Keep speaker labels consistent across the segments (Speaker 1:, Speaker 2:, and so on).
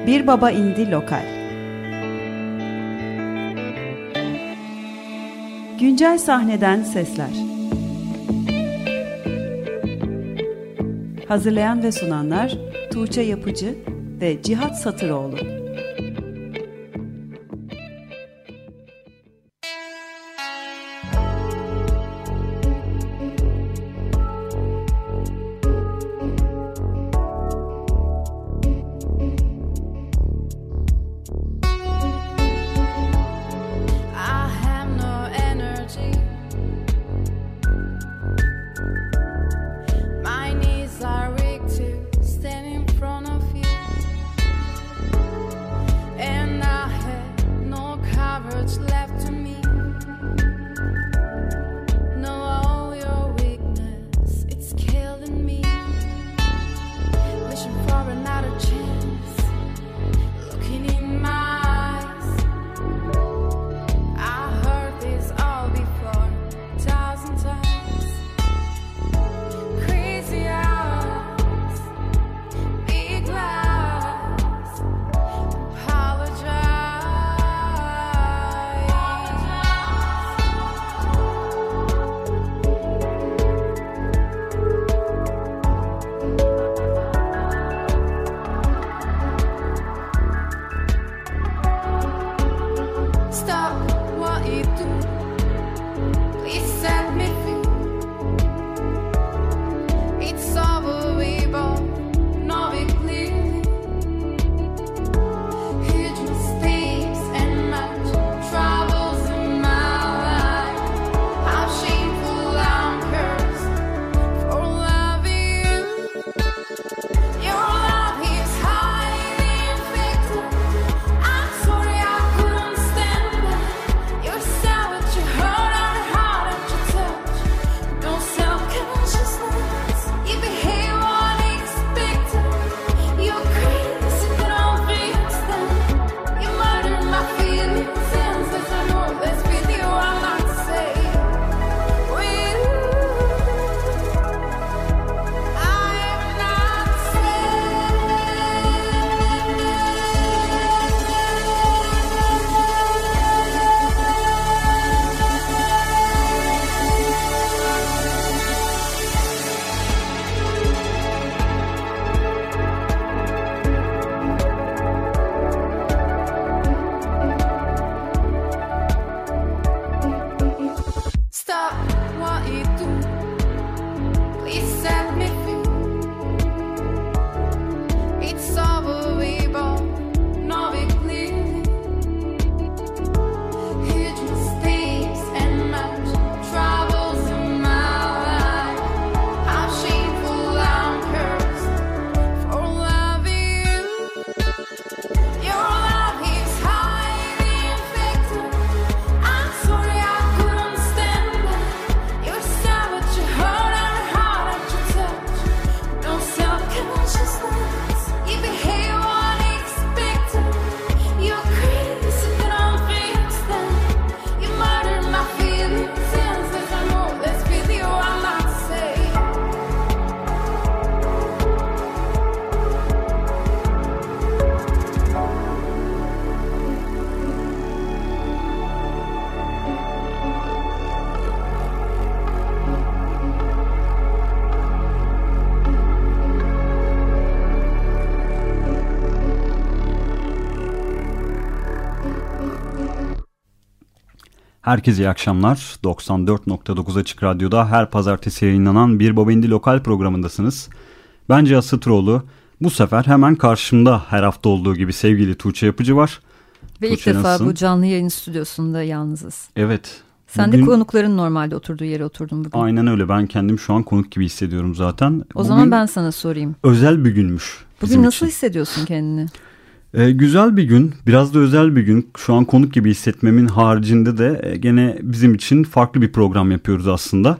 Speaker 1: Bir Baba İndi Lokal. Güncel sahneden sesler. Hazırlayan ve sunanlar Tuğçe Yapıcı ve Cihat Satıroğlu.
Speaker 2: Herkese iyi akşamlar. 94.9 Açık Radyo'da her pazartesi yayınlanan Bir Baba İndi Lokal programındasınız. Ben Cihat Satıroğlu. Bu sefer hemen karşımda her hafta olduğu gibi sevgili Tuğçe Yapıcı var.
Speaker 3: Ve
Speaker 2: Tuğçe,
Speaker 3: ilk defa
Speaker 2: nasılsın?
Speaker 3: bu canlı yayın stüdyosunda yalnızız.
Speaker 2: Evet.
Speaker 3: Sen de konukların normalde oturduğu yere oturdun bugün.
Speaker 2: Aynen öyle. Ben kendim şu an konuk gibi hissediyorum zaten.
Speaker 3: O zaman ben sana sorayım.
Speaker 2: Özel bir günmüş.
Speaker 3: Bugün nasıl hissediyorsun kendini?
Speaker 2: Güzel bir gün, biraz da özel bir gün. Şu an konuk gibi hissetmemin haricinde de gene bizim için farklı bir program yapıyoruz aslında.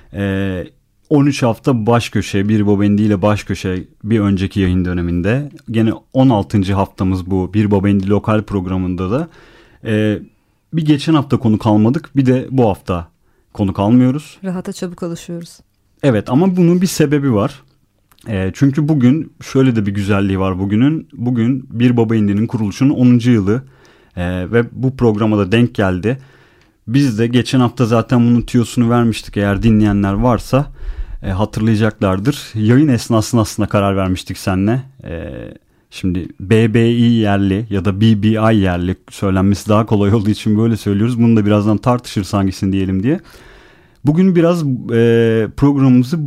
Speaker 2: 13 hafta baş köşe, Bir Baba İndi ile baş köşe bir önceki yayın döneminde. Gene 16. haftamız bu Bir Baba İndi lokal programında da. Bir geçen hafta konuk almadık, bir de bu hafta konuk almıyoruz.
Speaker 3: Rahata çabuk alışıyoruz.
Speaker 2: Evet, ama bunun bir sebebi var. Çünkü bugün şöyle de bir güzelliği var bugünün. Bugün Bir Baba İndi'nin kuruluşunun 10. yılı ve bu programa da denk geldi. Biz de geçen hafta zaten bunun tüyosunu vermiştik. Eğer dinleyenler varsa hatırlayacaklardır. Yayın esnasında aslında karar vermiştik seninle. Şimdi BBI yerli ya da BBI yerli söylenmesi daha kolay olduğu için böyle söylüyoruz. Bunu da birazdan tartışırız hangisini diyelim diye. Bugün biraz programımızı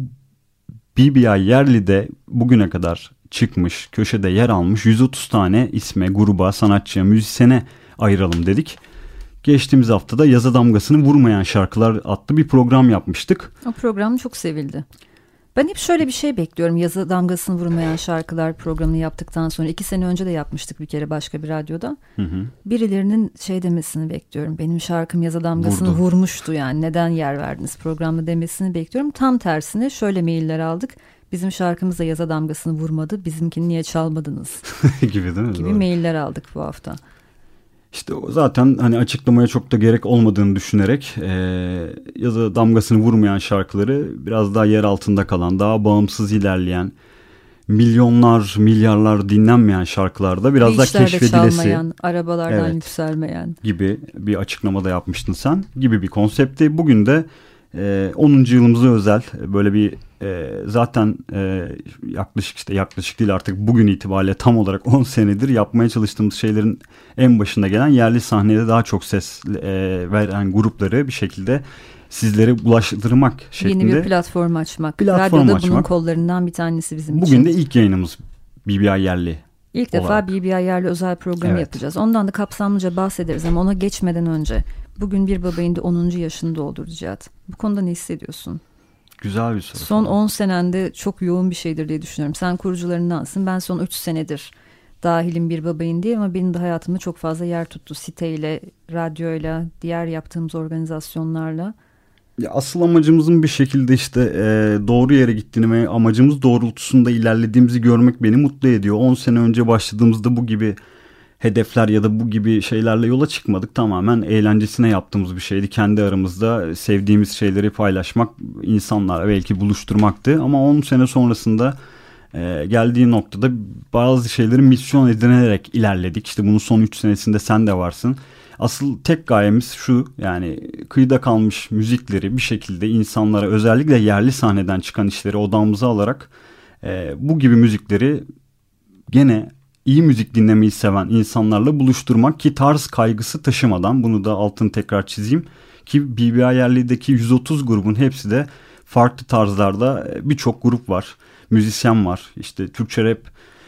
Speaker 2: BBI yerli'de bugüne kadar çıkmış, köşede yer almış 130 tane isme, gruba, sanatçıya, müzisyene ayıralım dedik. Geçtiğimiz haftada Yaza Damgasını Vurmayan Şarkılar adlı bir program yapmıştık.
Speaker 3: O program çok sevildi. Ben hep şöyle bir şey bekliyorum. Yaza Damgasını Vurmayan Şarkılar programını yaptıktan sonra 2 sene önce de yapmıştık bir kere başka bir radyoda. Birilerinin şey demesini bekliyorum. Benim şarkım Yaza Damgasını vurmuştu yani neden yer verdiniz programda demesini bekliyorum. Tam tersine şöyle mailler aldık. Bizim şarkımız da Yaza Damgasını vurmadı. Bizimkini niye çalmadınız?
Speaker 2: gibi değil mi?
Speaker 3: Gibi mailler aldık bu hafta.
Speaker 2: İşte zaten hani açıklamaya çok da gerek olmadığını düşünerek Yaza Damgasını Vurmayan şarkıları biraz daha yer altında kalan, daha bağımsız ilerleyen, milyonlar, milyarlar dinlenmeyen şarkılarda biraz daha keşfedilesi.
Speaker 3: Çalmayan, arabalardan yükselmeyen.
Speaker 2: Gibi bir açıklamada yapmıştın sen gibi bir konsepti. Bugün de 10. yılımıza özel böyle bir zaten yaklaşık değil artık bugün itibariyle tam olarak 10 senedir yapmaya çalıştığımız şeylerin en başında gelen yerli sahnede daha çok ses veren grupları bir şekilde sizlere ulaştırmak şeklinde.
Speaker 3: Yeni bir platform açmak. Radyoda bunun kollarından bir tanesi bizim için.
Speaker 2: Bugün de ilk yayınımız BBI yerli.
Speaker 3: İlk defa BBI yerli özel programı yapacağız. Ondan da kapsamlıca bahsederiz ama ona geçmeden önce bugün Bir Baba İndi 10. yaşını doldurdu Cihat. Bu konuda ne hissediyorsun?
Speaker 2: Güzel bir soru.
Speaker 3: Son 10 senende çok yoğun bir şeydir diye düşünüyorum. Sen kurucularındansın. Ben son 3 senedir dahilim Bir Baba İndi ama benim de hayatımda çok fazla yer tuttu. Siteyle, radyoyla, diğer yaptığımız organizasyonlarla.
Speaker 2: Ya asıl amacımızın bir şekilde işte doğru yere gittiğini ve amacımız doğrultusunda ilerlediğimizi görmek beni mutlu ediyor. 10 sene önce başladığımızda bu gibi hedefler ya da bu gibi şeylerle yola çıkmadık. Tamamen eğlencesine yaptığımız bir şeydi. Kendi aramızda sevdiğimiz şeyleri paylaşmak, insanlarla belki buluşturmaktı. Ama 10 sene sonrasında geldiği noktada bazı şeyleri misyon edinerek ilerledik. İşte bunun son 3 senesinde sen de varsın. Asıl tek gayemiz şu, yani kıyıda kalmış müzikleri bir şekilde insanlara, özellikle yerli sahneden çıkan işleri odağımıza alarak bu gibi müzikleri gene iyi müzik dinlemeyi seven insanlarla buluşturmak, ki tarz kaygısı taşımadan, bunu da altını tekrar çizeyim, ki BBI yerli'deki 130 grubun hepsi de farklı tarzlarda birçok grup var, müzisyen var, işte Türkçe rap,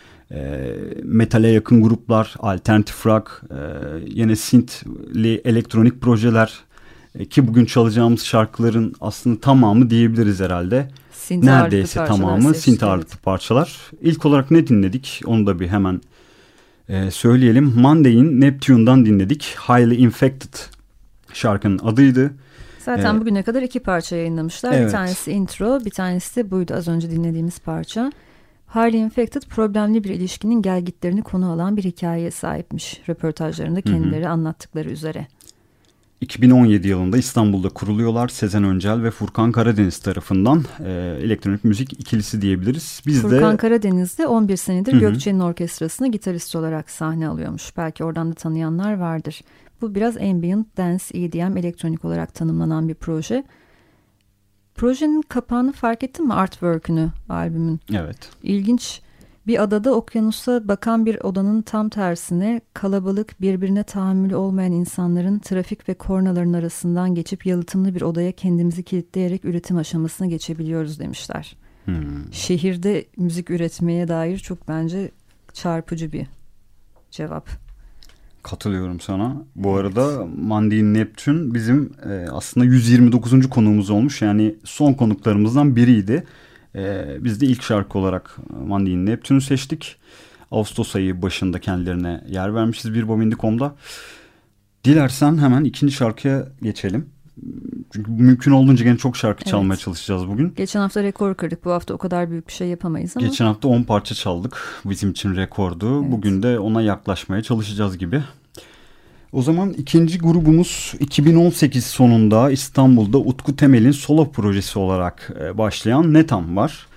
Speaker 2: metale yakın gruplar, alternatif rock, yine synthli elektronik projeler, ki bugün çalacağımız şarkıların aslında tamamı diyebiliriz herhalde. Neredeyse tamamı synth ağırlıklı parçalar. İlk olarak ne dinledik? Onu da bir hemen söyleyelim. Monday'in Neptune'dan dinledik. Highly Infected şarkının adıydı.
Speaker 3: Zaten bugüne kadar 2 parça yayınlamışlar. Evet. Bir tanesi intro, bir tanesi de buydu az önce dinlediğimiz parça. Highly Infected problemli bir ilişkinin gelgitlerini konu alan bir hikayeye sahipmiş. Röportajlarında kendileri anlattıkları üzere.
Speaker 2: 2017 yılında İstanbul'da kuruluyorlar. Sezen Öncel ve Furkan Karadeniz tarafından elektronik müzik ikilisi diyebiliriz.
Speaker 3: Furkan Karadeniz de 11 senedir Gökçe'nin orkestrasına gitarist olarak sahne alıyormuş. Belki oradan da tanıyanlar vardır. Bu biraz ambient, dance, EDM, elektronik olarak tanımlanan bir proje. Projenin kapağını fark ettin mi? Artwork'ünü, albümün.
Speaker 2: Evet.
Speaker 3: İlginç. Bir adada okyanusa bakan bir odanın tam tersine kalabalık, birbirine tahammülü olmayan insanların trafik ve kornaların arasından geçip yalıtımlı bir odaya kendimizi kilitleyerek üretim aşamasına geçebiliyoruz demişler. Şehirde müzik üretmeye dair çok bence çarpıcı bir cevap.
Speaker 2: Katılıyorum sana. Bu arada Monday'in Neptune bizim aslında 129. konuğumuz olmuş. Yani son konuklarımızdan biriydi. Biz de ilk şarkı olarak Monday'in Neptune'u seçtik. Ağustos ayı başında kendilerine yer vermişiz birbabindi.com'da. Dilersen hemen ikinci şarkıya geçelim. Çünkü mümkün olduğunca gene çok şarkı çalmaya çalışacağız bugün.
Speaker 3: Geçen hafta rekor kırdık. Bu hafta o kadar büyük bir şey yapamayız ama.
Speaker 2: Geçen hafta 10 parça çaldık. Bizim için rekordu. Evet. Bugün de ona yaklaşmaya çalışacağız gibi. O zaman ikinci grubumuz 2018 sonunda İstanbul'da Utku Temel'in solo projesi olarak başlayan Netam var.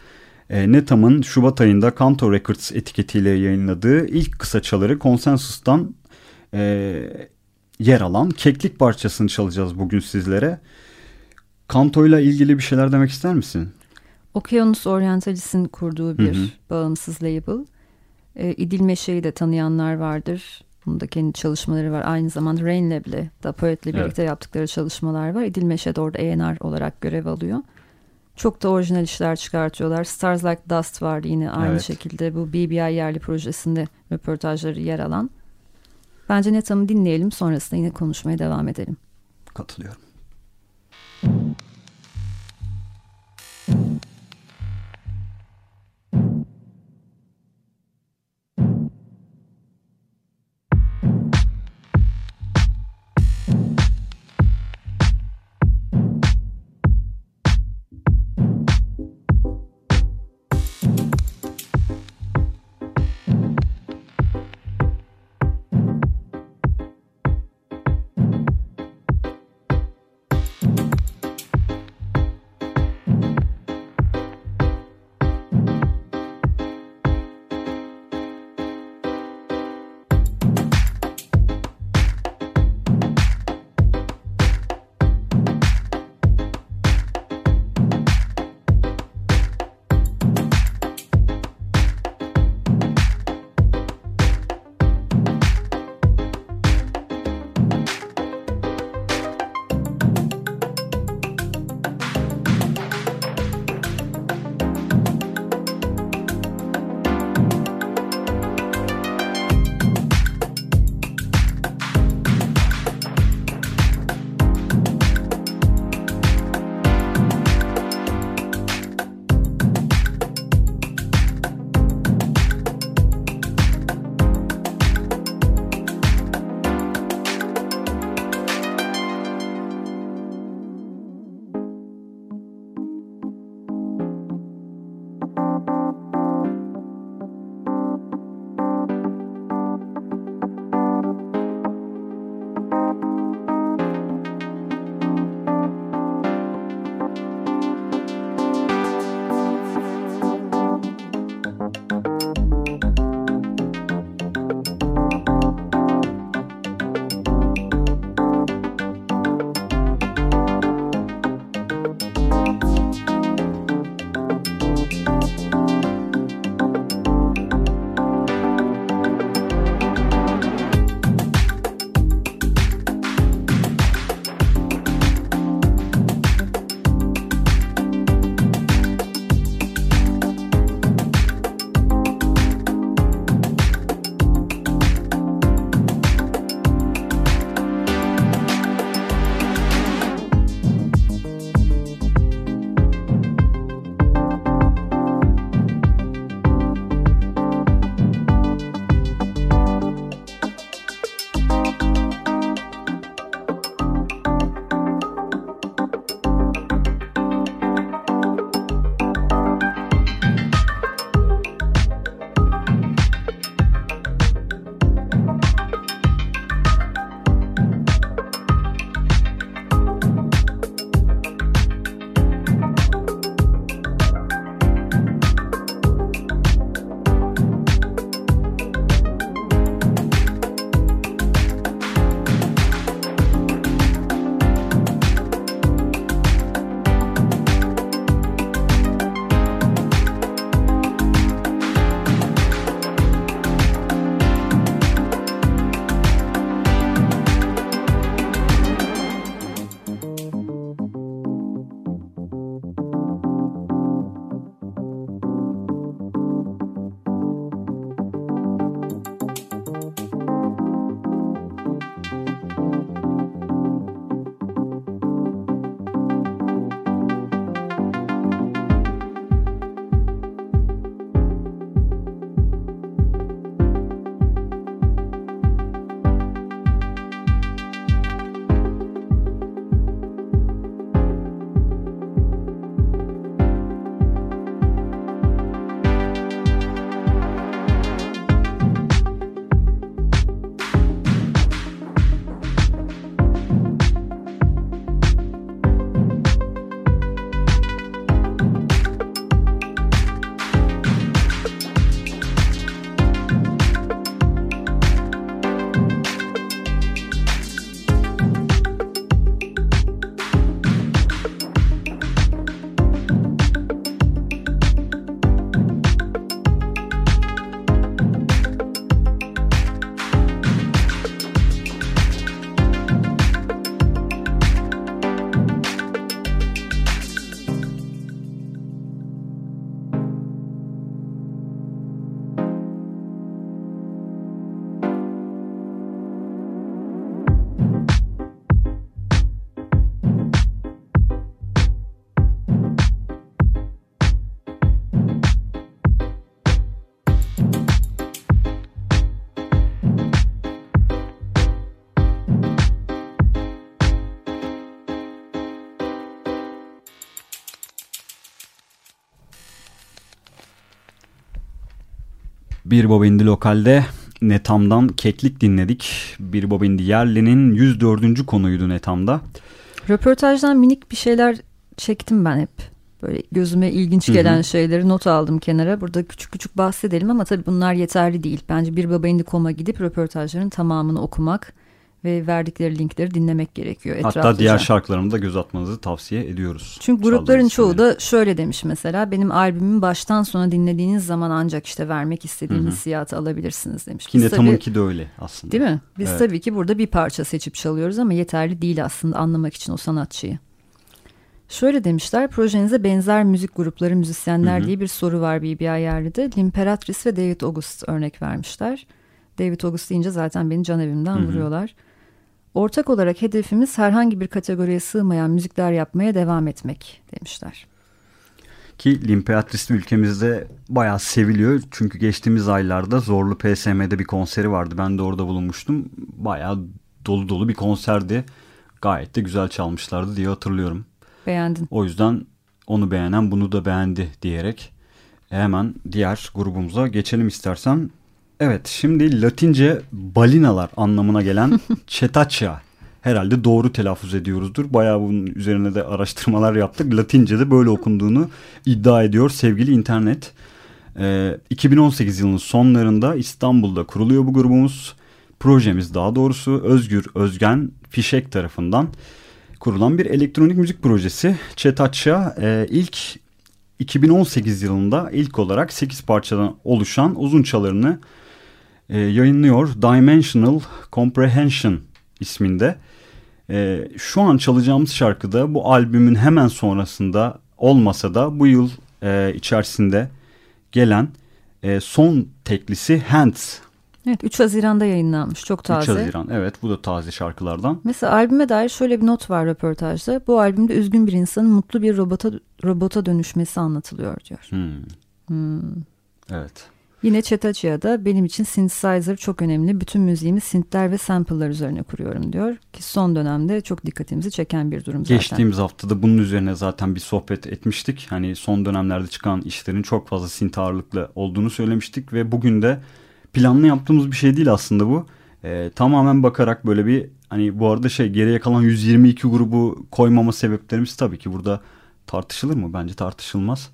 Speaker 2: Netam'ın Şubat ayında Kanto Records etiketiyle yayınladığı ilk kısaçaları Consensus'tan yer alan Keklik parçasını çalacağız bugün sizlere. Kanto'yla ilgili bir şeyler demek ister misin?
Speaker 3: Okyanus Orientalis'in kurduğu bir bağımsız label. İdil Meşe'yi de tanıyanlar vardır. Bunun da kendi çalışmaları var. Aynı zamanda Rain Lab'le, Da Poet'le birlikte yaptıkları çalışmalar var. İdil Meşe de orada A&R olarak görev alıyor. Çok da orijinal işler çıkartıyorlar. Stars Like Dust vardı yine aynı şekilde. Bu BBI yerli projesinde röportajları yer alan. Bence Netam'ı dinleyelim. Sonrasında yine konuşmaya devam edelim.
Speaker 2: Katılıyorum. Bir Baba İndi Lokal'de Netam'dan Keklik dinledik. Bir Baba İndi Yerli'nin 104. konuydu Netam'da.
Speaker 3: Röportajdan minik bir şeyler çektim ben hep. Böyle gözüme ilginç gelen şeyleri not aldım kenara. Burada küçük küçük bahsedelim ama tabii bunlar yeterli değil. Bence Bir Baba İndi.com'a gidip röportajların tamamını okumak ve verdikleri linkleri dinlemek gerekiyor etraflıca.
Speaker 2: Hatta diğer şarkılarımı da göz atmanızı tavsiye ediyoruz.
Speaker 3: Çünkü grupların çoğu da şöyle demiş mesela. Benim albümümü baştan sona dinlediğiniz zaman ancak işte vermek istediğim hissiyatı alabilirsiniz demiş.
Speaker 2: Ki Netam'ınki de öyle aslında.
Speaker 3: Değil mi? Biz tabii ki burada bir parça seçip çalıyoruz ama yeterli değil aslında anlamak için o sanatçıyı. Şöyle demişler, projenize benzer müzik grupları, müzisyenler diye bir soru var BBI Yerli'de. L'Imperatrice ve David August örnek vermişler. David August deyince zaten beni can evimden vuruyorlar. Ortak olarak hedefimiz herhangi bir kategoriye sığmayan müzikler yapmaya devam etmek demişler.
Speaker 2: Ki L'Imperatrice ülkemizde bayağı seviliyor. Çünkü geçtiğimiz aylarda Zorlu PSM'de bir konseri vardı. Ben de orada bulunmuştum. Bayağı dolu dolu bir konserdi. Gayet de güzel çalmışlardı diye hatırlıyorum.
Speaker 3: Beğendin.
Speaker 2: O yüzden onu beğenen bunu da beğendi diyerek hemen diğer grubumuza geçelim istersen. Evet, şimdi Latince balinalar anlamına gelen Cetacea. Herhalde doğru telaffuz ediyoruzdur. Bayağı bunun üzerine de araştırmalar yaptık. Latince'de böyle okunduğunu iddia ediyor sevgili internet. 2018 yılının sonlarında İstanbul'da kuruluyor bu grubumuz. Projemiz daha doğrusu Özgür Özgen Fişek tarafından kurulan bir elektronik müzik projesi. Cetacea ilk 2018 yılında ilk olarak 8 parçadan oluşan uzun çalarını yayınlıyor. Dimensional Comprehension isminde. Şu an çalacağımız şarkıda bu albümün hemen sonrasında olmasa da bu yıl içerisinde gelen son teklisi Hands.
Speaker 3: Evet, 3 Haziran'da yayınlanmış. Çok taze.
Speaker 2: 3 Haziran, evet, bu da taze şarkılardan.
Speaker 3: Mesela albüme dair şöyle bir not var röportajda. Bu albümde üzgün bir insanın mutlu bir robota dönüşmesi anlatılıyor diyor.
Speaker 2: Evet.
Speaker 3: Yine Cetacea'da benim için synthesizer çok önemli. Bütün müziğimi synthler ve sample'lar üzerine kuruyorum diyor. Ki son dönemde çok dikkatimizi çeken bir durum zaten.
Speaker 2: Geçtiğimiz haftada bunun üzerine zaten bir sohbet etmiştik. Hani son dönemlerde çıkan işlerin çok fazla synth ağırlıklı olduğunu söylemiştik. Ve bugün de planlı yaptığımız bir şey değil aslında bu. Tamamen bakarak böyle bir hani bu arada geriye kalan 122 grubu koymama sebeplerimiz tabii ki burada tartışılır mı? Bence tartışılmaz.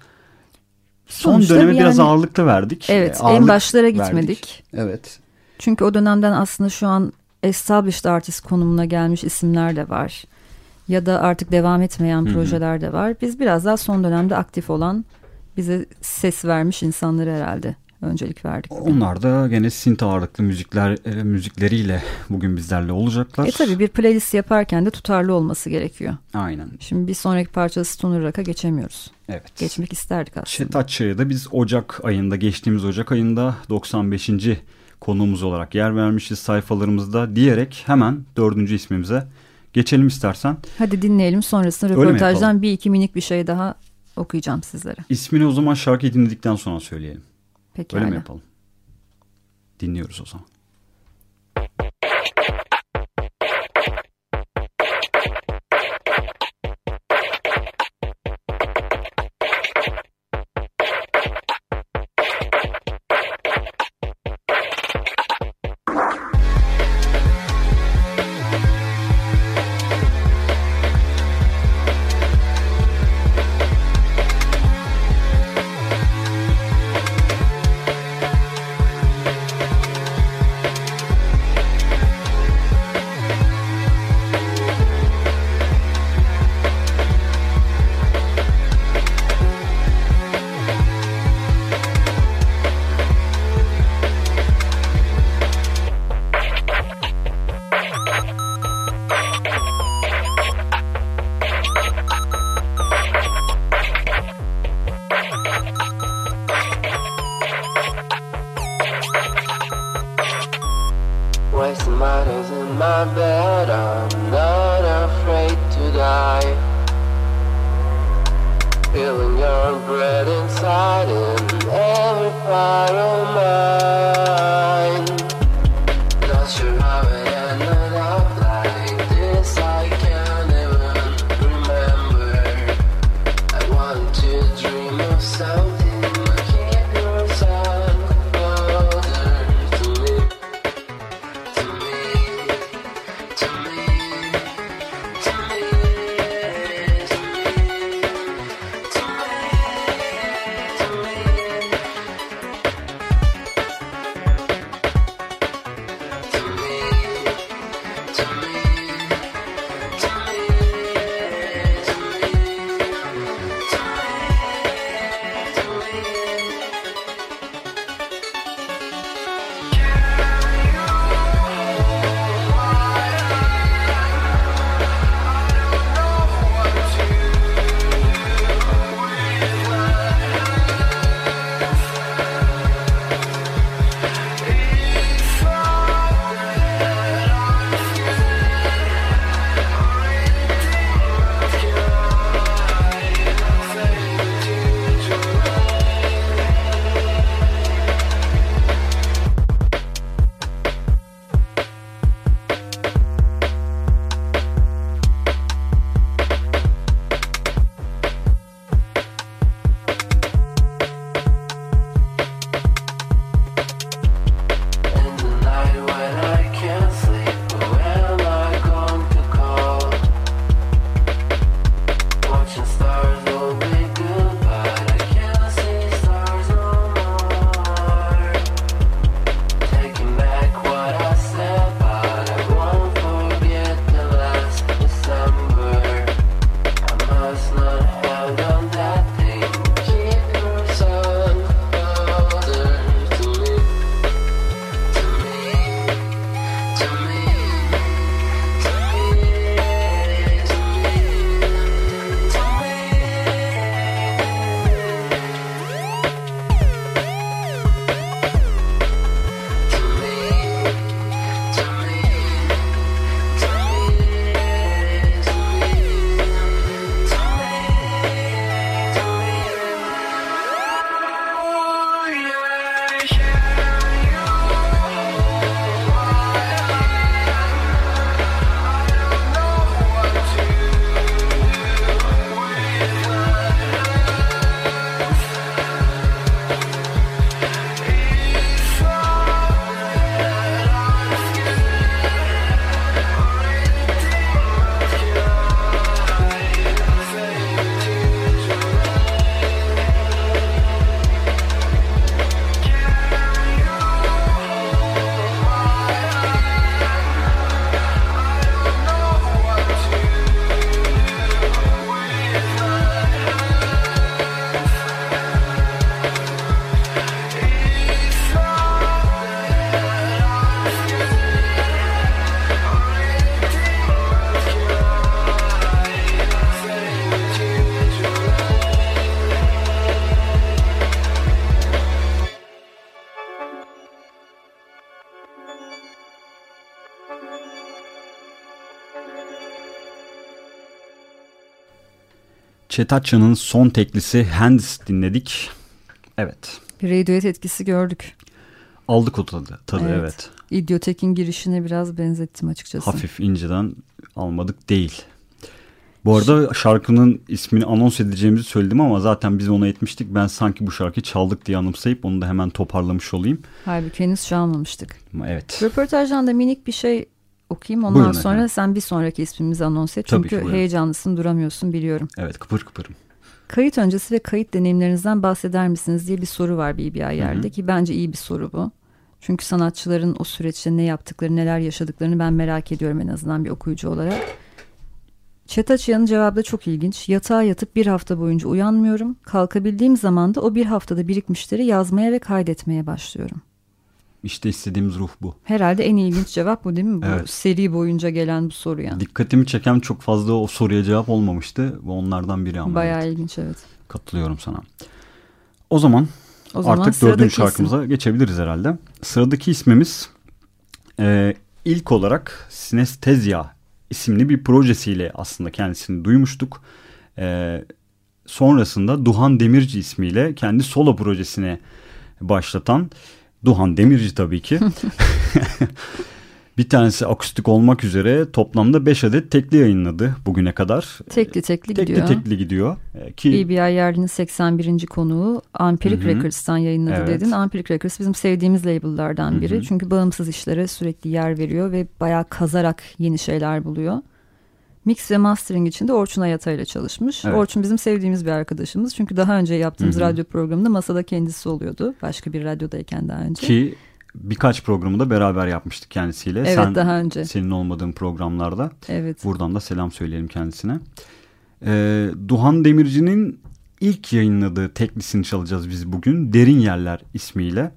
Speaker 2: Son döneme biraz ağırlıklı verdik.
Speaker 3: Evet, en başlara gitmedik.
Speaker 2: Verdik. Evet.
Speaker 3: Çünkü o dönemden aslında şu an established artist konumuna gelmiş isimler de var. Ya da artık devam etmeyen projeler de var. Biz biraz daha son dönemde aktif olan, bize ses vermiş insanları herhalde öncelik verdik.
Speaker 2: Onlar da gene synth ağırlıklı müzikleriyle bugün bizlerle olacaklar.
Speaker 3: Tabii bir playlist yaparken de tutarlı olması gerekiyor.
Speaker 2: Aynen.
Speaker 3: Şimdi bir sonraki parçası Stoner Rock'a geçemiyoruz.
Speaker 2: Evet.
Speaker 3: Geçmek isterdik aslında.
Speaker 2: Cetacea'ya da biz geçtiğimiz Ocak ayında 95. konuğumuz olarak yer vermişiz sayfalarımızda diyerek hemen 4. ismimize geçelim istersen.
Speaker 3: Hadi dinleyelim, sonrasında röportajdan bir iki minik bir şey daha okuyacağım sizlere.
Speaker 2: İsmini o zaman şarkıyı dinledikten sonra söyleyelim.
Speaker 3: Pekala.
Speaker 2: Öyle mi yapalım? Dinliyoruz o zaman.
Speaker 4: Something I keep yourself
Speaker 2: Chetachya'nın son teklisi Hands dinledik. Evet.
Speaker 3: Bir Radiohead etkisi gördük.
Speaker 2: Aldık o tadı evet.
Speaker 3: İdiotek'in girişine biraz benzettim açıkçası.
Speaker 2: Hafif inceden almadık değil. Bu arada şarkının ismini anons edeceğimizi söyledim ama zaten biz ona etmiştik. Ben sanki bu şarkıyı çaldık diye anımsayıp onu da hemen toparlamış olayım.
Speaker 3: Halbuki henüz çalmamıştık.
Speaker 2: Evet.
Speaker 3: Röportajdan da minik bir şey okuyayım. Ondan
Speaker 2: Buyurun
Speaker 3: sonra
Speaker 2: efendim.
Speaker 3: Sen bir sonraki ismimizi anons et.
Speaker 2: Tabii
Speaker 3: Çünkü
Speaker 2: ki,
Speaker 3: heyecanlısın, duramıyorsun biliyorum.
Speaker 2: Evet, kıpır kıpırım.
Speaker 3: Kayıt öncesi ve kayıt deneyimlerinizden bahseder misiniz diye bir soru var BBI yerde ki bence iyi bir soru bu. Çünkü sanatçıların o süreçte ne yaptıkları, neler yaşadıklarını ben merak ediyorum en azından bir okuyucu olarak. Chetachya'nın cevabı da çok ilginç. Yatağa yatıp bir hafta boyunca uyanmıyorum. Kalkabildiğim zaman da o bir haftada birikmişleri yazmaya ve kaydetmeye başlıyorum.
Speaker 2: İşte istediğimiz ruh bu.
Speaker 3: Herhalde en ilginç cevap bu değil mi? Bu
Speaker 2: Evet.
Speaker 3: seri boyunca gelen bu soru yani.
Speaker 2: Dikkatimi çeken çok fazla o soruya cevap olmamıştı. Bu onlardan biri ama.
Speaker 3: Bayağı
Speaker 2: evet.
Speaker 3: ilginç, evet.
Speaker 2: Katılıyorum sana. O zaman artık dördüncü şarkımıza geçebiliriz herhalde. Sıradaki ismimiz ilk olarak Synestezia isimli bir projesiyle aslında kendisini duymuştuk. Sonrasında Duhan Demirci ismiyle kendi solo projesini başlatan Duhan Demirci tabii ki. Bir tanesi akustik olmak üzere toplamda 5 adet tekli yayınladı bugüne kadar.
Speaker 3: Tekli gidiyor.
Speaker 2: Tekli gidiyor.
Speaker 3: Ki BBI Yerli'nin 81. konuğu Ampirik Records'tan yayınladı
Speaker 2: evet.
Speaker 3: dedin. Ampirik Records bizim sevdiğimiz label'lardan biri. Çünkü bağımsız işlere sürekli yer veriyor ve bayağı kazarak yeni şeyler buluyor. Mix ve mastering için de Orçun Ayata ile çalışmış. Evet. Orçun bizim sevdiğimiz bir arkadaşımız. Çünkü daha önce yaptığımız radyo programında masada kendisi oluyordu. Başka bir radyodayken daha önce.
Speaker 2: Ki birkaç programı da beraber yapmıştık kendisiyle.
Speaker 3: Evet, daha önce.
Speaker 2: Senin olmadığın programlarda.
Speaker 3: Evet.
Speaker 2: Buradan da selam söyleyelim kendisine. Duhan Demirci'nin ilk yayınladığı teklisini çalacağız biz bugün. Derin Yerler ismiyle.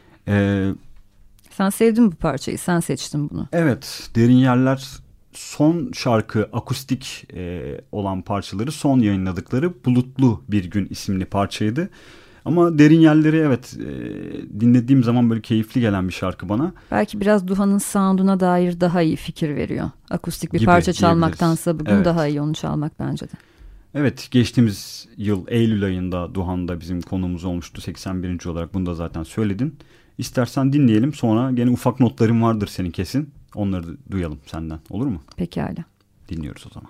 Speaker 3: Sen sevdin bu parçayı. Sen seçtin bunu.
Speaker 2: Evet. Derin Yerler son şarkı akustik olan parçaları son yayınladıkları Bulutlu Bir Gün isimli parçaydı. Ama Derin Yerleri evet dinlediğim zaman böyle keyifli gelen bir şarkı bana.
Speaker 3: Belki biraz Duhan'ın sound'una dair daha iyi fikir veriyor. Akustik bir parça çalmaktansa bugün daha iyi onu çalmak bence de.
Speaker 2: Evet, geçtiğimiz yıl Eylül ayında Duhan'da bizim konuğumuz olmuştu 81. olarak, bunu da zaten söyledin. İstersen dinleyelim, sonra gene ufak notlarım vardır senin kesin. Onları duyalım senden, olur mu?
Speaker 3: Pekala.
Speaker 2: Dinliyoruz o zaman.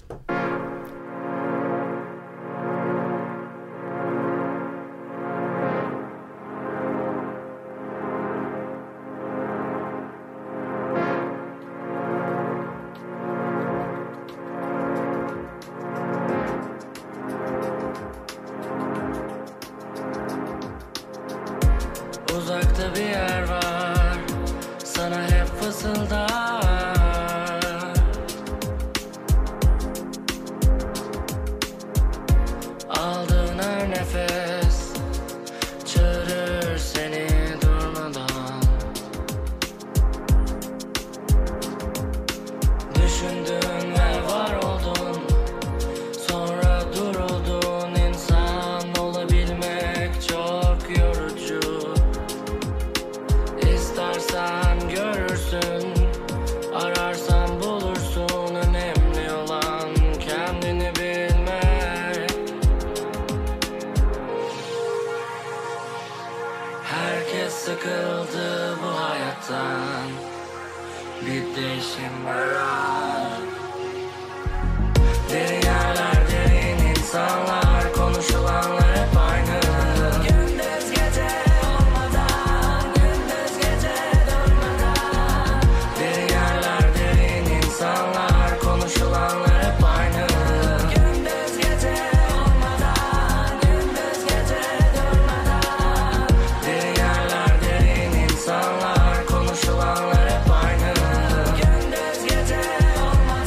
Speaker 4: Uzakta bir yer var, sana hep fısıldar. Aldığın her nefes çağırır seni durmadan. Düşündün ve var oldun, sonra duruldun. İnsan olabilmek çok yorucu. İstersen görürsün, ararsan bulursun. Önemli olan kendini bilmek. Herkes sıkıldı bu hayattan, bir değişim var. Derin yerler, derin insanlar, konuşulanlar hep aynı. Gündüz gece olmadan, gündüz gece dönmeden. Derin yerler, derin insanlar, konuşulanlar hep aynı. Gündüz gece olmadan, gündüz gece dönmeden. Derin yerler, derin insanlar, konuşulanlar hep aynı. Gündüz gece olmadan.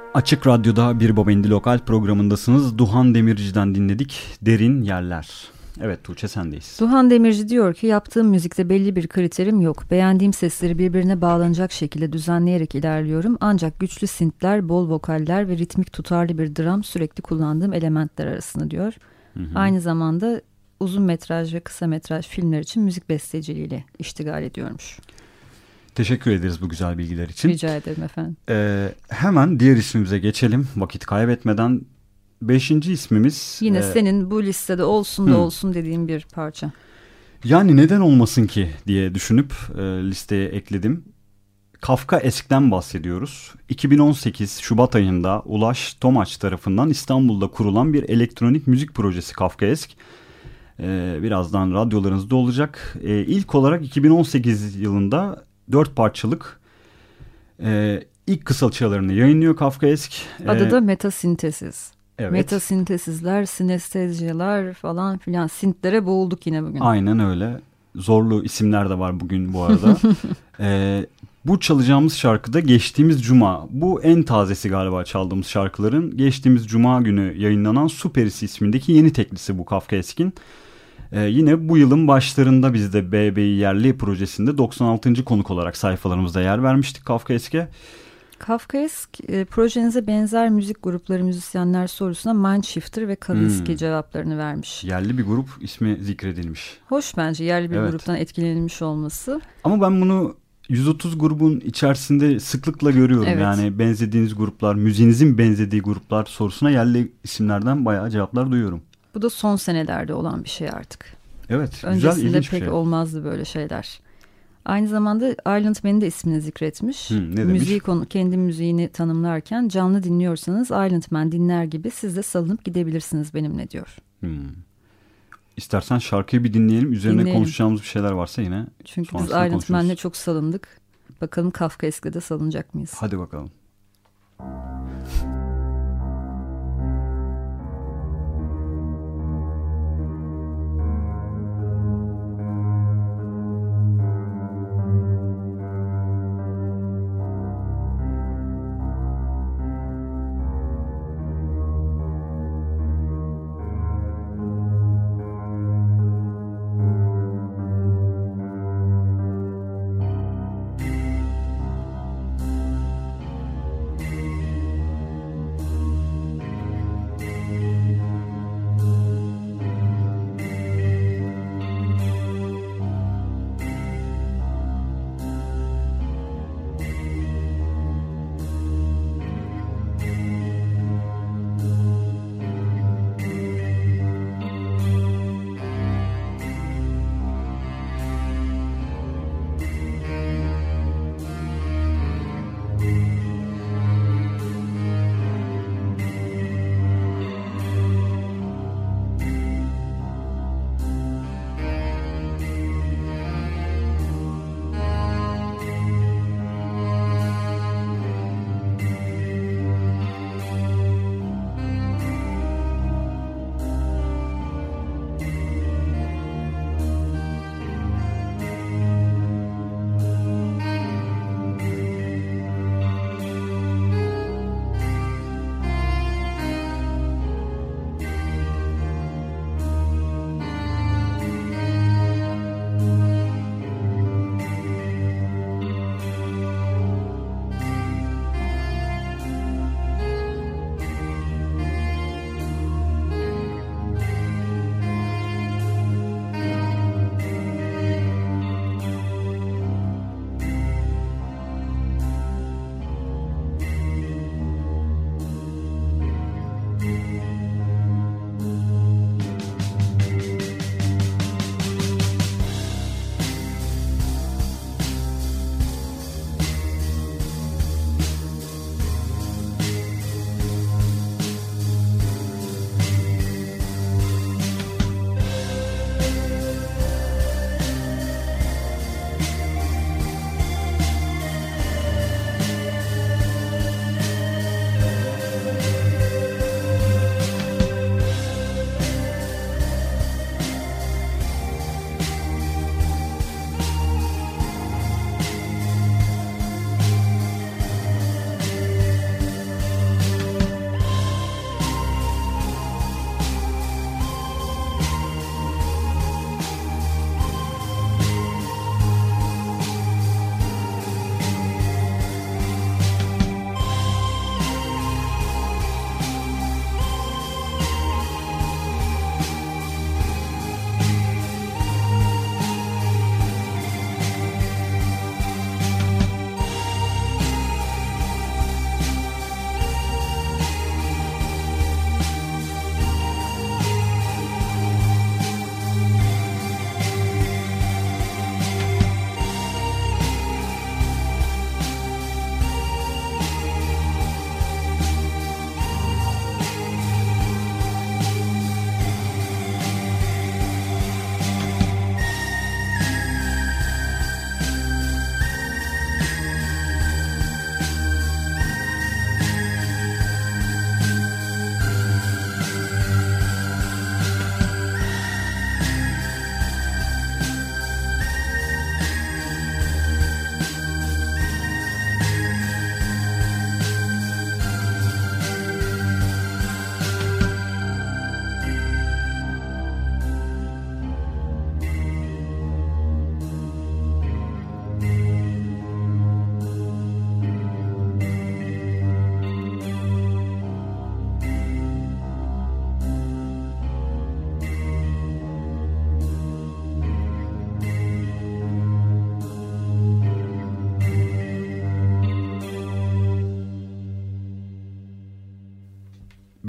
Speaker 2: Açık Radyo'da Bir Baba İndi Lokal programındasınız. Duhan Demirci'den dinledik. Derin Yerler. Evet Tuğçe sendeyiz.
Speaker 3: Duhan Demirci diyor ki yaptığım müzikte belli bir kriterim yok. Beğendiğim sesleri birbirine bağlanacak şekilde düzenleyerek ilerliyorum. Ancak güçlü synthler, bol vokaller ve ritmik tutarlı bir dram sürekli kullandığım elementler arasında diyor. Aynı zamanda uzun metraj ve kısa metraj filmler için müzik besteciliğiyle iştigal ediyormuş.
Speaker 2: Teşekkür ederiz bu güzel bilgiler için.
Speaker 3: Rica ederim efendim.
Speaker 2: Hemen diğer ismimize geçelim vakit kaybetmeden. 5. ismimiz...
Speaker 3: Yine senin bu listede olsun da olsun dediğim bir parça.
Speaker 2: Yani neden olmasın ki diye düşünüp listeye ekledim. Kafkaesk'ten bahsediyoruz. 2018 Şubat ayında Ulaş Tomaç tarafından İstanbul'da kurulan bir elektronik müzik projesi Kafkaesk. Birazdan radyolarınızda olacak. İlk olarak 2018 yılında 4 parçalık ilk kısaltçalarını yayınlıyor Kafkaesk.
Speaker 3: Adı da Metasintesis.
Speaker 2: Evet.
Speaker 3: Metasintezler, sinestezyalar falan filan. Sintlere boğulduk yine bugün.
Speaker 2: Aynen öyle. Zorlu isimler de var bugün bu arada. Bu çalacağımız şarkıda geçtiğimiz cuma, bu en tazesi galiba çaldığımız şarkıların, geçtiğimiz cuma günü yayınlanan Superis ismindeki yeni teklisi bu Kafkaesk'in. Yine bu yılın başlarında biz de BBİ Yerli projesinde 96. konuk olarak sayfalarımızda yer vermiştik Kafkaesk'e.
Speaker 3: Kafkaesk projenize benzer müzik grupları müzisyenler sorusuna Mindshifter ve Kavinsky cevaplarını vermiş.
Speaker 2: Yerli bir grup ismi zikredilmiş.
Speaker 3: Hoş bence yerli bir gruptan etkilenilmiş olması.
Speaker 2: Ama ben bunu 130 grubun içerisinde sıklıkla görüyorum.
Speaker 3: Evet.
Speaker 2: Yani benzediğiniz gruplar, müziğinizin benzediği gruplar sorusuna yerli isimlerden bayağı cevaplar duyuyorum.
Speaker 3: Bu da son senelerde olan bir şey artık.
Speaker 2: Evet, güzel,
Speaker 3: öncesinde
Speaker 2: ilginç bir
Speaker 3: pek
Speaker 2: şey.
Speaker 3: olmazdı böyle şeyler. Aynı zamanda Island Man'in de ismini zikretmiş.
Speaker 2: Ne demiş?
Speaker 3: Kendi müziğini tanımlarken canlı dinliyorsanız Island Man dinler gibi siz de salınıp gidebilirsiniz benimle diyor.
Speaker 2: İstersen şarkıyı bir dinleyelim. Üzerine konuşacağımız bir şeyler varsa yine.
Speaker 3: Çünkü biz Island Man'le çok salındık. Bakalım Kafkaesk'de de salınacak mıyız?
Speaker 2: Hadi bakalım.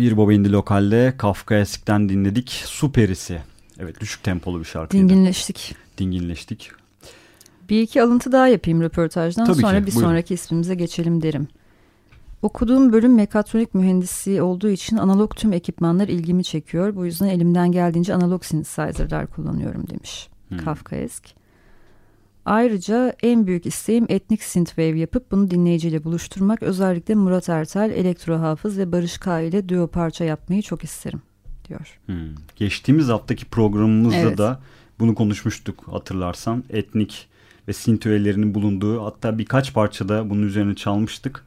Speaker 2: Bir Baba Indi Lokal'de Kafkaesk'ten dinledik. Su Perisi. Evet, düşük tempolu bir şarkıydı. Dinginleştik.
Speaker 3: Bir iki alıntı daha yapayım röportajdan.
Speaker 2: Tabii
Speaker 3: sonra
Speaker 2: ki,
Speaker 3: bir
Speaker 2: buyurun.
Speaker 3: sonraki ismimize geçelim derim. Okuduğum bölüm mekatronik mühendisliği olduğu için analog tüm ekipmanlar ilgimi çekiyor. Bu yüzden elimden geldiğince analog synthesizer'lar kullanıyorum demiş Kafkaesk. Ayrıca en büyük isteğim etnik synthwave yapıp bunu dinleyiciyle buluşturmak. Özellikle Murat Ertel, Elektro Hafız ve Barış K ile duo parça yapmayı çok isterim diyor.
Speaker 2: Geçtiğimiz haftaki programımızda da bunu konuşmuştuk hatırlarsan. Etnik ve synth üyelerinin bulunduğu, hatta birkaç parçada bunun üzerine çalmıştık.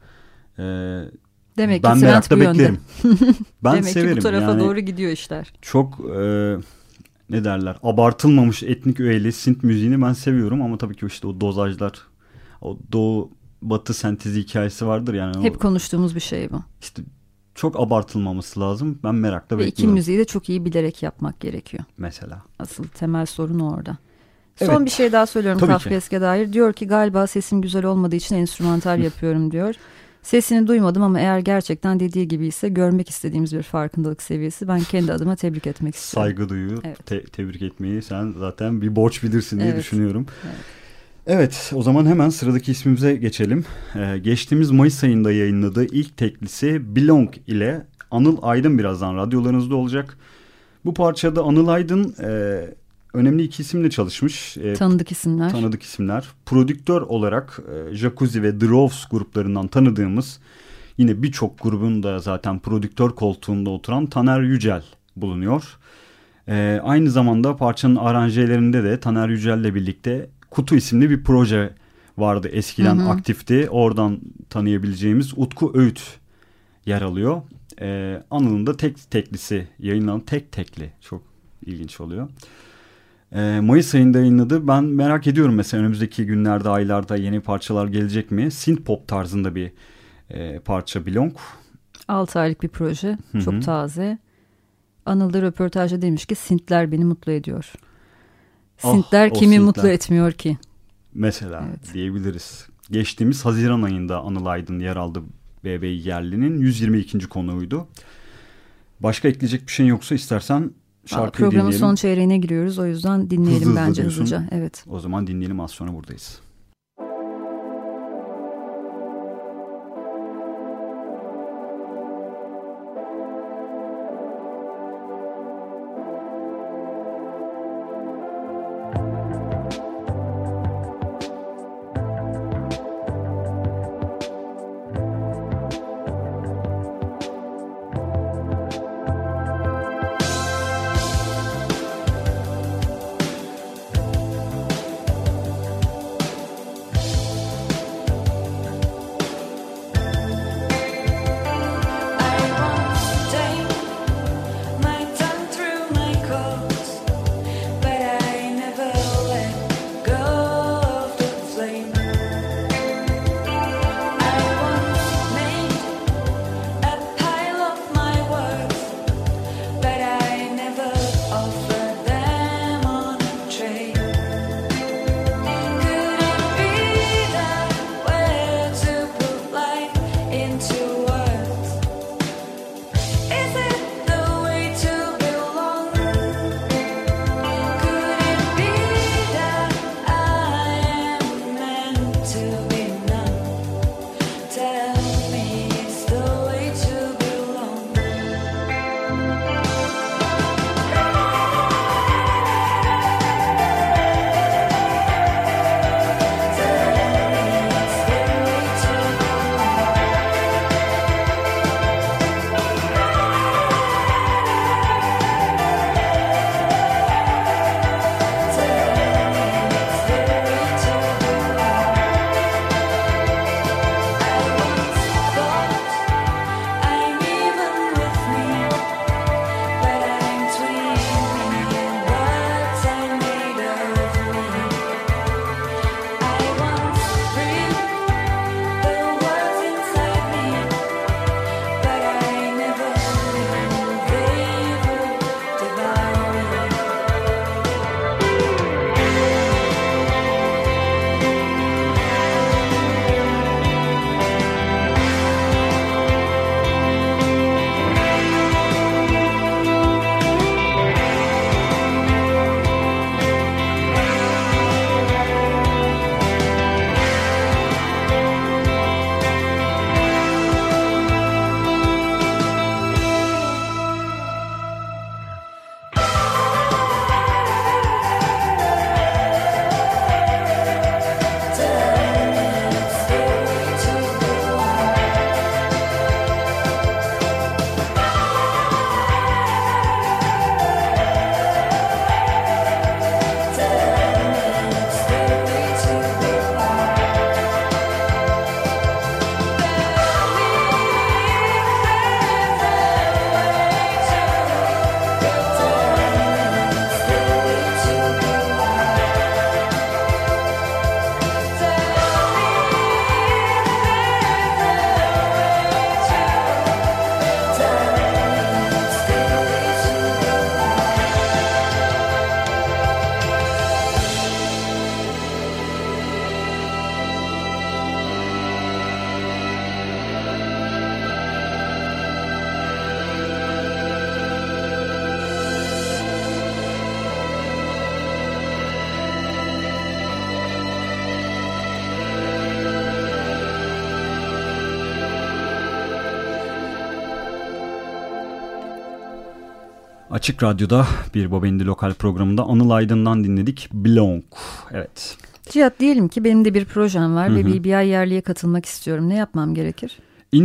Speaker 3: Demek
Speaker 2: ben
Speaker 3: ki
Speaker 2: merakla beklerim. Ben
Speaker 3: Demek
Speaker 2: severim.
Speaker 3: ki bu tarafa
Speaker 2: yani,
Speaker 3: doğru gidiyor işler.
Speaker 2: Çok ne derler, abartılmamış etnik öğeli synth müziğini ben seviyorum ama tabii ki işte o dozajlar, o doğu batı sentezi hikayesi vardır yani.
Speaker 3: Hep konuştuğumuz bir şey bu.
Speaker 2: İşte çok abartılmaması lazım. Ben merakla
Speaker 3: ve
Speaker 2: bekliyorum.
Speaker 3: iki müziği de çok iyi bilerek yapmak gerekiyor.
Speaker 2: Mesela.
Speaker 3: Asıl temel sorun orada.
Speaker 2: Evet.
Speaker 3: Son bir şey daha söylüyorum
Speaker 2: Tabii
Speaker 3: Kafkaesk'e dair. Diyor ki galiba sesim güzel olmadığı için enstrümantal yapıyorum diyor. Sesini duymadım ama eğer gerçekten dediği gibi ise görmek istediğimiz bir farkındalık seviyesi. Ben kendi adıma tebrik etmek istiyorum.
Speaker 2: Saygı duyuyor.
Speaker 3: Evet.
Speaker 2: Tebrik etmeyi sen zaten bir borç bilirsin diye düşünüyorum.
Speaker 3: Evet.
Speaker 2: Evet, o zaman hemen sıradaki ismimize geçelim. Geçtiğimiz Mayıs ayında yayınladığı ilk teklisi Belong ile Anıl Aydın birazdan radyolarınızda olacak. Bu parçada Anıl Aydın önemli iki isimle çalışmış. Tanıdık isimler. Prodüktör olarak Jacuzzi ve The Roves gruplarından tanıdığımız, yine birçok grubun da zaten prodüktör koltuğunda oturan Taner Yücel bulunuyor. Aynı zamanda parçanın aranjelerinde de Taner Yücel'le birlikte Kutu isimli bir proje vardı. Eskiden aktifti. Oradan tanıyabileceğimiz Utku Öğüt yer alıyor. Anıl'ın da teklisi yayınlanan tekli. Çok ilginç oluyor. Mayıs ayında yayınladı. Ben merak ediyorum mesela önümüzdeki günlerde, aylarda yeni parçalar gelecek mi? Synth pop tarzında bir parça Belong.
Speaker 3: 6 aylık bir proje. Çok taze. Anıl da röportajda demiş ki synthler beni mutlu ediyor. Synthler kimi mutlu etmiyor ki?
Speaker 2: Mesela diyebiliriz. Geçtiğimiz Haziran ayında Anıl Aydın yer aldı BB Yerli'nin 122. konuğuydu. Başka ekleyecek bir şey yoksa istersen şarkıyı
Speaker 3: programın
Speaker 2: dinleyelim.
Speaker 3: Programın son çeyreğine giriyoruz. O yüzden dinleyelim
Speaker 2: hızlı
Speaker 3: bence
Speaker 2: diyorsun.
Speaker 3: hızlıca. Evet.
Speaker 2: O zaman dinleyelim, az sonra buradayız. Açık Radyo'da Bir Baba İndi Lokal programında Anıl Aydın'dan dinledik Belong. Evet.
Speaker 3: Cihat, diyelim ki benim de bir projem var ve BBI Yerli'ye katılmak istiyorum. Ne yapmam gerekir?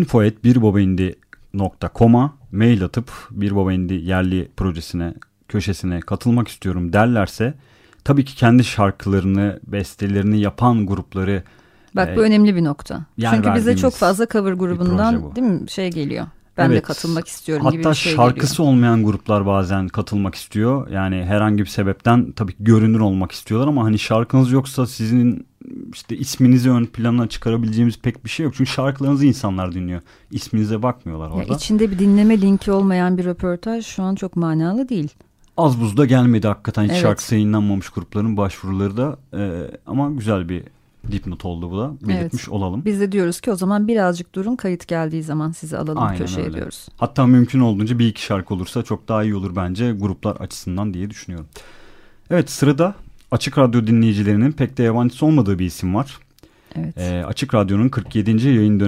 Speaker 2: info@birbabaindi.com'a mail atıp Bir Baba İndi Yerli projesine, köşesine katılmak istiyorum derlerse tabii ki kendi şarkılarını, bestelerini yapan grupları.
Speaker 3: Bak bu önemli bir nokta. Çünkü bize çok fazla cover grubundan değil mi geliyor. Ben de katılmak istiyorum
Speaker 2: hatta
Speaker 3: gibi bir şey
Speaker 2: geliyor. Hatta şarkısı olmayan gruplar bazen katılmak istiyor. Yani herhangi bir sebepten tabii ki görünür olmak istiyorlar ama hani şarkınız yoksa sizin işte isminizi ön plana çıkarabileceğimiz pek bir şey yok. Çünkü şarkılarınızı insanlar dinliyor. İsminize bakmıyorlar orada.
Speaker 3: İçinde bir dinleme linki olmayan bir röportaj şu an çok manalı değil.
Speaker 2: Az buzda gelmedi hakikaten hiç şarkısı yayınlanmamış grupların başvuruları da ama güzel bir dipnot oldu bu da, belirtmiş olalım.
Speaker 3: Biz de diyoruz ki o zaman birazcık durun, kayıt geldiği zaman sizi alalım. Aynen köşeye öyle diyoruz.
Speaker 2: Hatta mümkün olduğunca bir iki şarkı olursa çok daha iyi olur bence gruplar açısından diye düşünüyorum. Evet, sırada Açık Radyo dinleyicilerinin pek de yabancısı olmadığı bir isim var.
Speaker 3: Evet.
Speaker 2: Açık Radyo'nun 47. yayın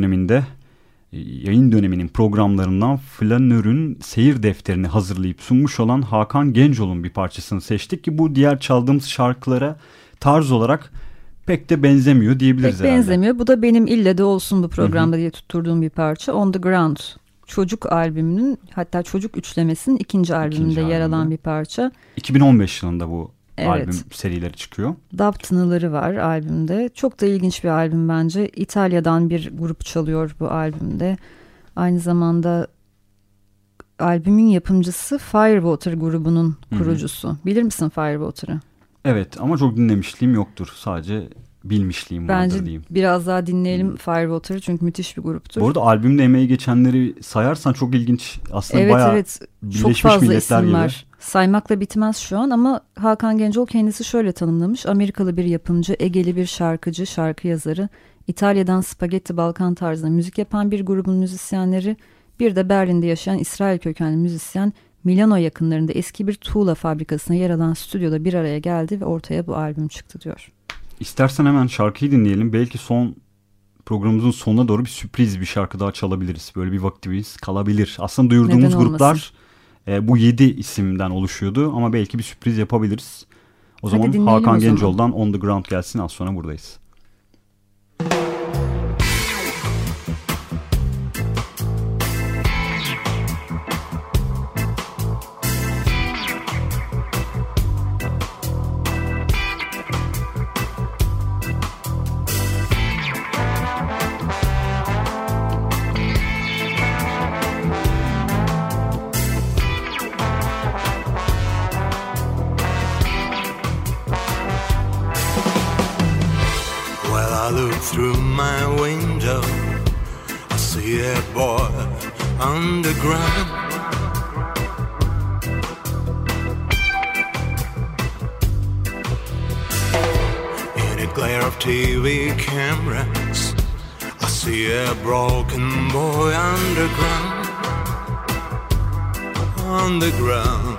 Speaker 2: döneminin programlarından Flanör'ün seyir defterini hazırlayıp sunmuş olan Hakan Gencol'un bir parçasını seçtik ki bu diğer çaldığımız şarkılara tarz olarak pek de benzemiyor diyebiliriz herhalde.
Speaker 3: Benzemiyor. Bu da benim ille de olsun bu programda diye tutturduğum bir parça. On the Ground Çocuk albümünün, hatta Çocuk üçlemesinin ikinci albümünde yer alan bir parça.
Speaker 2: 2015 yılında bu albüm serileri çıkıyor.
Speaker 3: Dub tınıları var albümde. Çok da ilginç bir albüm bence. İtalya'dan bir grup çalıyor bu albümde. Aynı zamanda albümün yapımcısı Firewater grubunun kurucusu. Bilir misin Firewater'ı?
Speaker 2: Evet ama çok dinlemişliğim yoktur. Sadece bilmişliğim vardır diyeyim.
Speaker 3: Bence biraz daha dinleyelim Firewater'ı çünkü müthiş bir gruptur.
Speaker 2: Bu arada albümde emeği geçenleri sayarsan çok ilginç. Aslında bayağı
Speaker 3: çok fazla isim var. Saymakla bitmez şu an ama Hakan Gencol kendisi şöyle tanımlamış. Amerikalı bir yapımcı, Egeli bir şarkıcı, şarkı yazarı, İtalya'dan spagetti Balkan tarzında müzik yapan bir grubun müzisyenleri, bir de Berlin'de yaşayan İsrail kökenli müzisyen Milano yakınlarında eski bir tuğla fabrikasına yer alan stüdyoda bir araya geldi ve ortaya bu albüm çıktı diyor.
Speaker 2: İstersen hemen şarkıyı dinleyelim. Belki programımızın sonuna doğru bir sürpriz bir şarkı daha çalabiliriz. Böyle bir vaktimiz kalabilir. Aslında duyurduğumuz gruplar bu 7 isimden oluşuyordu ama belki bir sürpriz yapabiliriz. O zaman Hakan Gencol'dan On The Ground gelsin, az sonra buradayız.
Speaker 5: Through my window, I see a boy underground. In a glare of TV cameras, I see a broken boy underground. On the ground.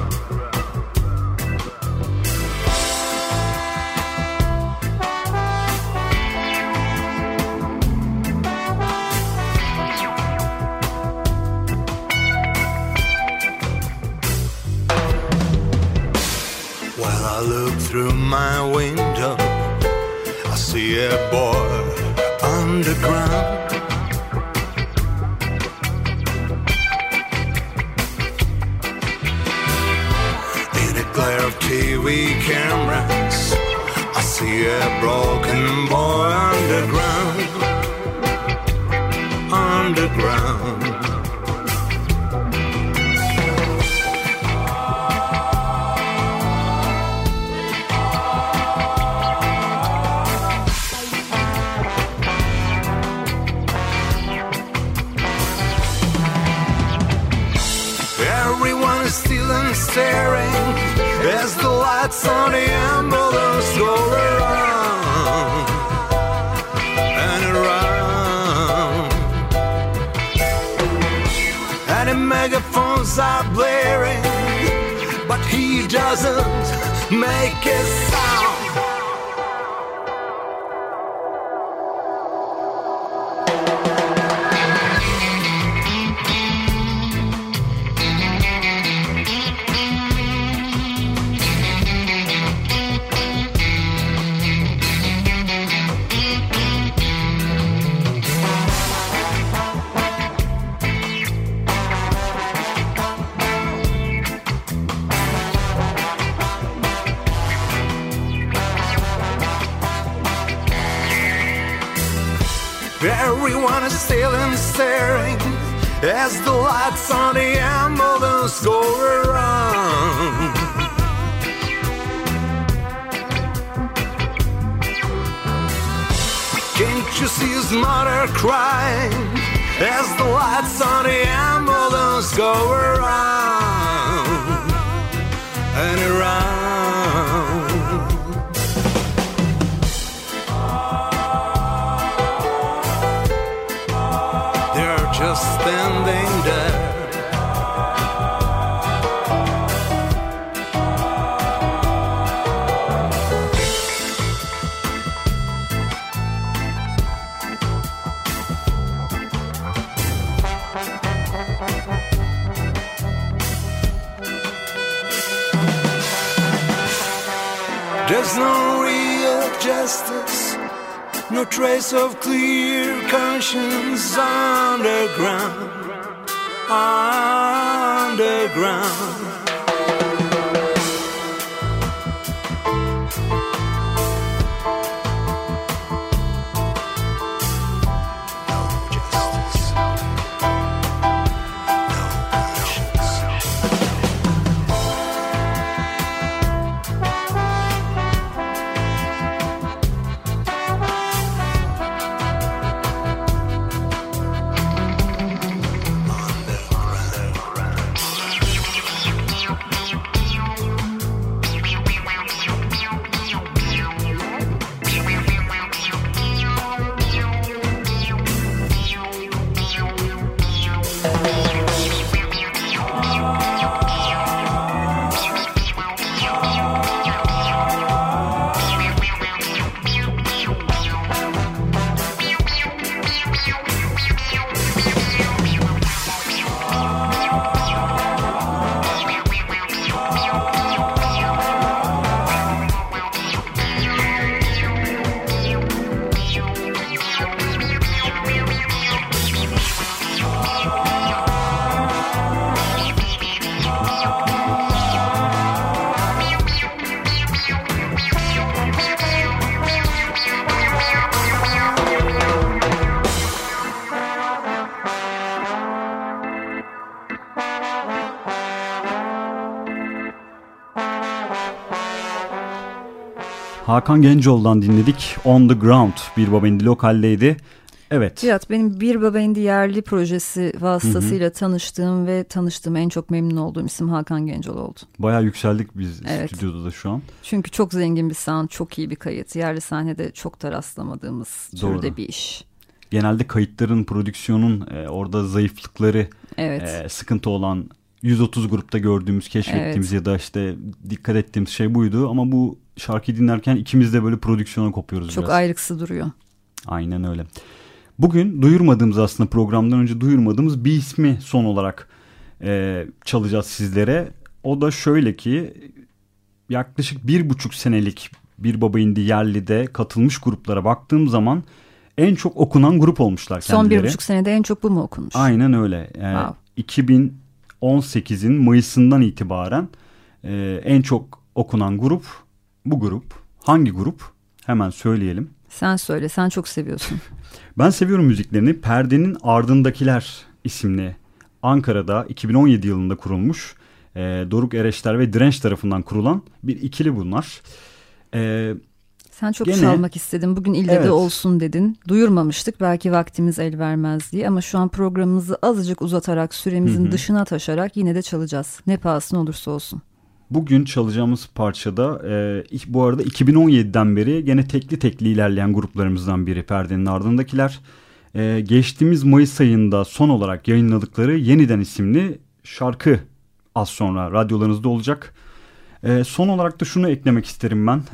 Speaker 5: Through my window, I see a boy underground. In a glare of TV cameras, I see a broken boy underground. Underground. Staring as the lights on the ambulance go around and around, and the megaphones are blaring, but he doesn't make a sound. Everyone is still and staring as the lights on the ambulance go around. Can't you see his mother crying as the lights on the ambulance go around and around? They're just standing there. There's no real justice, no trace of clear conscience underground, underground.
Speaker 2: Hakan Gencoğlu'dan dinledik. On the Ground, Bir Baba İndi lokaldeydi. Evet.
Speaker 3: Cihat, benim Bir Baba İndi yerli projesi vasıtasıyla tanıştığım en çok memnun olduğum isim Hakan Gencoğlu oldu.
Speaker 2: Bayağı yükseldik biz
Speaker 3: evet.
Speaker 2: Stüdyoda da şu an.
Speaker 3: Çünkü çok zengin bir sound, çok iyi bir kayıt. Yerli sahnede çok da rastlamadığımız türde bir iş.
Speaker 2: Genelde kayıtların, prodüksiyonun orada zayıflıkları,
Speaker 3: evet.
Speaker 2: Sıkıntı olan 130 grupta gördüğümüz, keşfettiğimiz ya da işte dikkat ettiğimiz şey buydu. Ama bu şarkıyı dinlerken ikimiz de böyle prodüksiyona kopuyoruz
Speaker 3: çok
Speaker 2: biraz.
Speaker 3: Çok ayrıksı duruyor.
Speaker 2: Aynen öyle. Bugün duyurmadığımız, aslında programdan önce duyurmadığımız bir ismi son olarak çalacağız sizlere. O da şöyle ki, yaklaşık 1,5 senelik Bir Baba İndi yerlide katılmış gruplara baktığım zaman en çok okunan grup olmuşlar kendileri.
Speaker 3: Son 1,5 senede en çok bu mu okunmuş?
Speaker 2: Aynen öyle. Wow. 2018'in Mayıs'ından itibaren en çok okunan grup bu grup. Hangi grup? Hemen söyleyelim.
Speaker 3: Sen söyle, sen çok seviyorsun.
Speaker 2: Ben seviyorum müziklerini. Perdenin Ardındakiler isimli, Ankara'da 2017 yılında kurulmuş, Doruk Ereşler ve Direnç tarafından kurulan bir ikili bunlar.
Speaker 3: Sen çok çalmak istedin. Bugün ille de olsun dedin. Duyurmamıştık. Belki vaktimiz el vermez diye. Ama şu an programımızı azıcık uzatarak, süremizin dışına taşarak yine de çalacağız. Ne pahasına olursa olsun.
Speaker 2: Bugün çalacağımız parçada bu arada 2017'den beri gene tekli ilerleyen gruplarımızdan biri Perdenin Ardındakiler. Geçtiğimiz Mayıs ayında son olarak yayınladıkları Yeniden isimli şarkı az sonra radyolarınızda olacak. Son olarak da şunu eklemek isterim ben.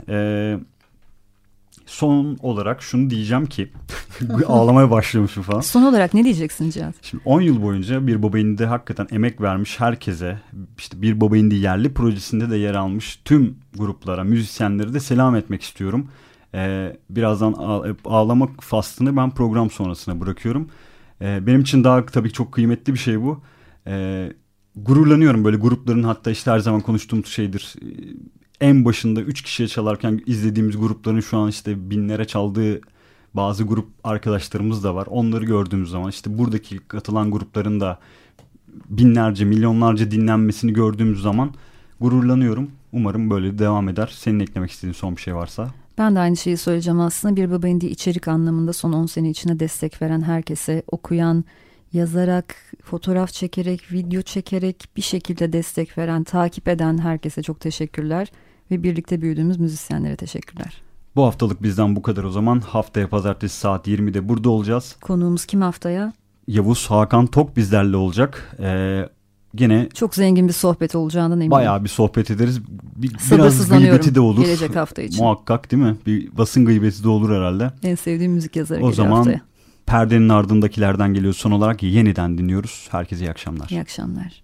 Speaker 2: Son olarak şunu diyeceğim ki ağlamaya başlamışım falan.
Speaker 3: Son olarak ne diyeceksin Cihat?
Speaker 2: Şimdi 10 yıl boyunca Bir Baba İndi hakikaten emek vermiş herkese, işte Bir Baba İndi yerli projesinde de yer almış tüm gruplara, müzisyenlere de selam etmek istiyorum. Birazdan ağlamak faslını ben program sonrasına bırakıyorum. Benim için daha tabii çok kıymetli bir şey bu. Gururlanıyorum böyle grupların, hatta işte her zaman konuştuğum şeydir. En başında 3 kişiye çalarken izlediğimiz grupların şu an işte binlere çaldığı bazı grup arkadaşlarımız da var. Onları gördüğümüz zaman işte buradaki katılan grupların da binlerce, milyonlarca dinlenmesini gördüğümüz zaman gururlanıyorum. Umarım böyle devam eder. Senin eklemek istediğin son bir şey varsa.
Speaker 3: Ben de aynı şeyi söyleyeceğim aslında. Bir Baba Indi içerik anlamında son 10 sene içinde destek veren herkese, okuyan, yazarak, fotoğraf çekerek, video çekerek bir şekilde destek veren, takip eden herkese çok teşekkürler. Ve birlikte büyüdüğümüz müzisyenlere teşekkürler.
Speaker 2: Bu haftalık bizden bu kadar o zaman. Haftaya pazartesi saat 20'de burada olacağız.
Speaker 3: Konuğumuz kim haftaya?
Speaker 2: Yavuz Hakan Tok bizlerle olacak. Gene
Speaker 3: çok zengin bir sohbet olacağından eminim.
Speaker 2: Bayağı bir sohbet ederiz. Biraz gıybeti de olur.
Speaker 3: Gelecek hafta için.
Speaker 2: Muhakkak değil mi? Bir basın gıybeti de olur herhalde.
Speaker 3: En sevdiğim müzik yazarı
Speaker 2: o zaman
Speaker 3: haftaya.
Speaker 2: Perdenin ardındakilerden geliyor. Son olarak yeniden dinliyoruz. Herkese iyi akşamlar.
Speaker 3: İyi akşamlar.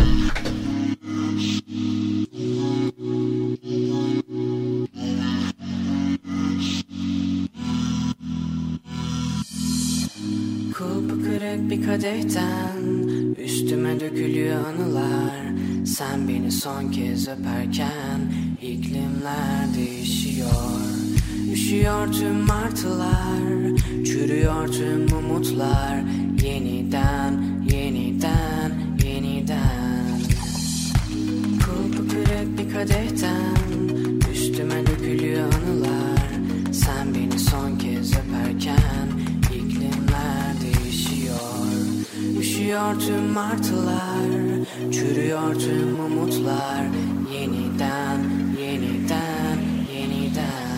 Speaker 4: Kulpu kırık bir kadehten üstüme dökülüyor anılar. Sen beni son kez öperken iklimler değişiyor. Üşüyor tüm martılar, çürüyor tüm umutlar. Yeniden, yeniden, yeniden. Kulpu kırık bir kadehten üstüme dökülüyor anılar. Sen beni son kez öperken iklimler değişiyor. Üşüyor tüm martılar, çürüyor tüm umutlar. Yeniden, yeniden, yeniden.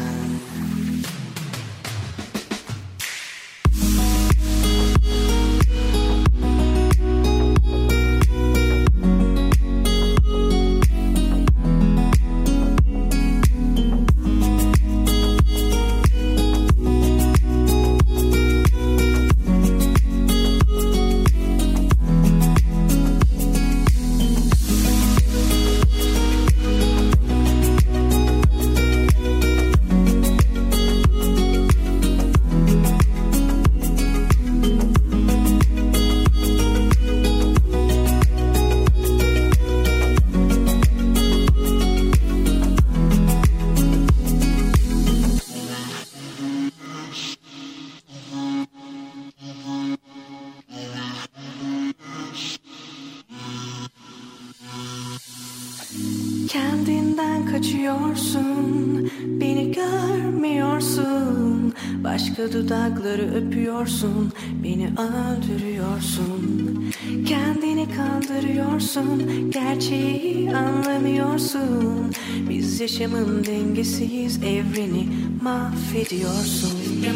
Speaker 4: Kendinden kaçıyorsun, beni görmüyorsun. Başka dudakları öpüyorsun, beni öldürüyorsun. Kendini kandırıyorsun, gerçeği anlamıyorsun. Biz yaşamın dengesiyiz, evreni mahvediyorsun.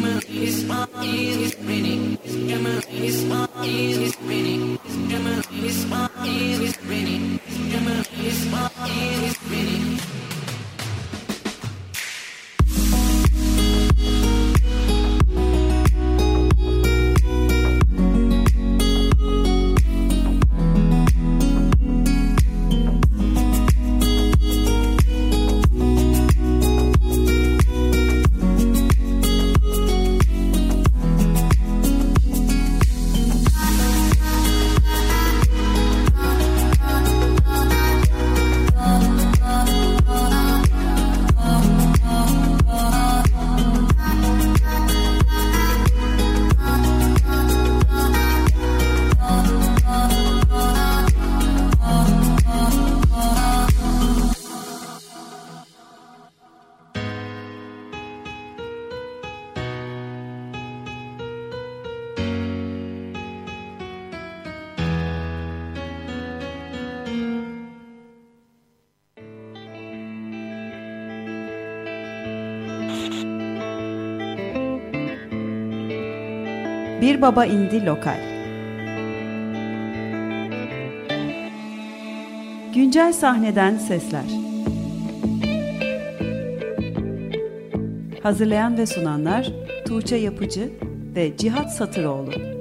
Speaker 1: Bir Baba İndi Lokal. Güncel sahneden sesler. Hazırlayan ve sunanlar Tuğçe Yapıcı ve Cihat Satıroğlu.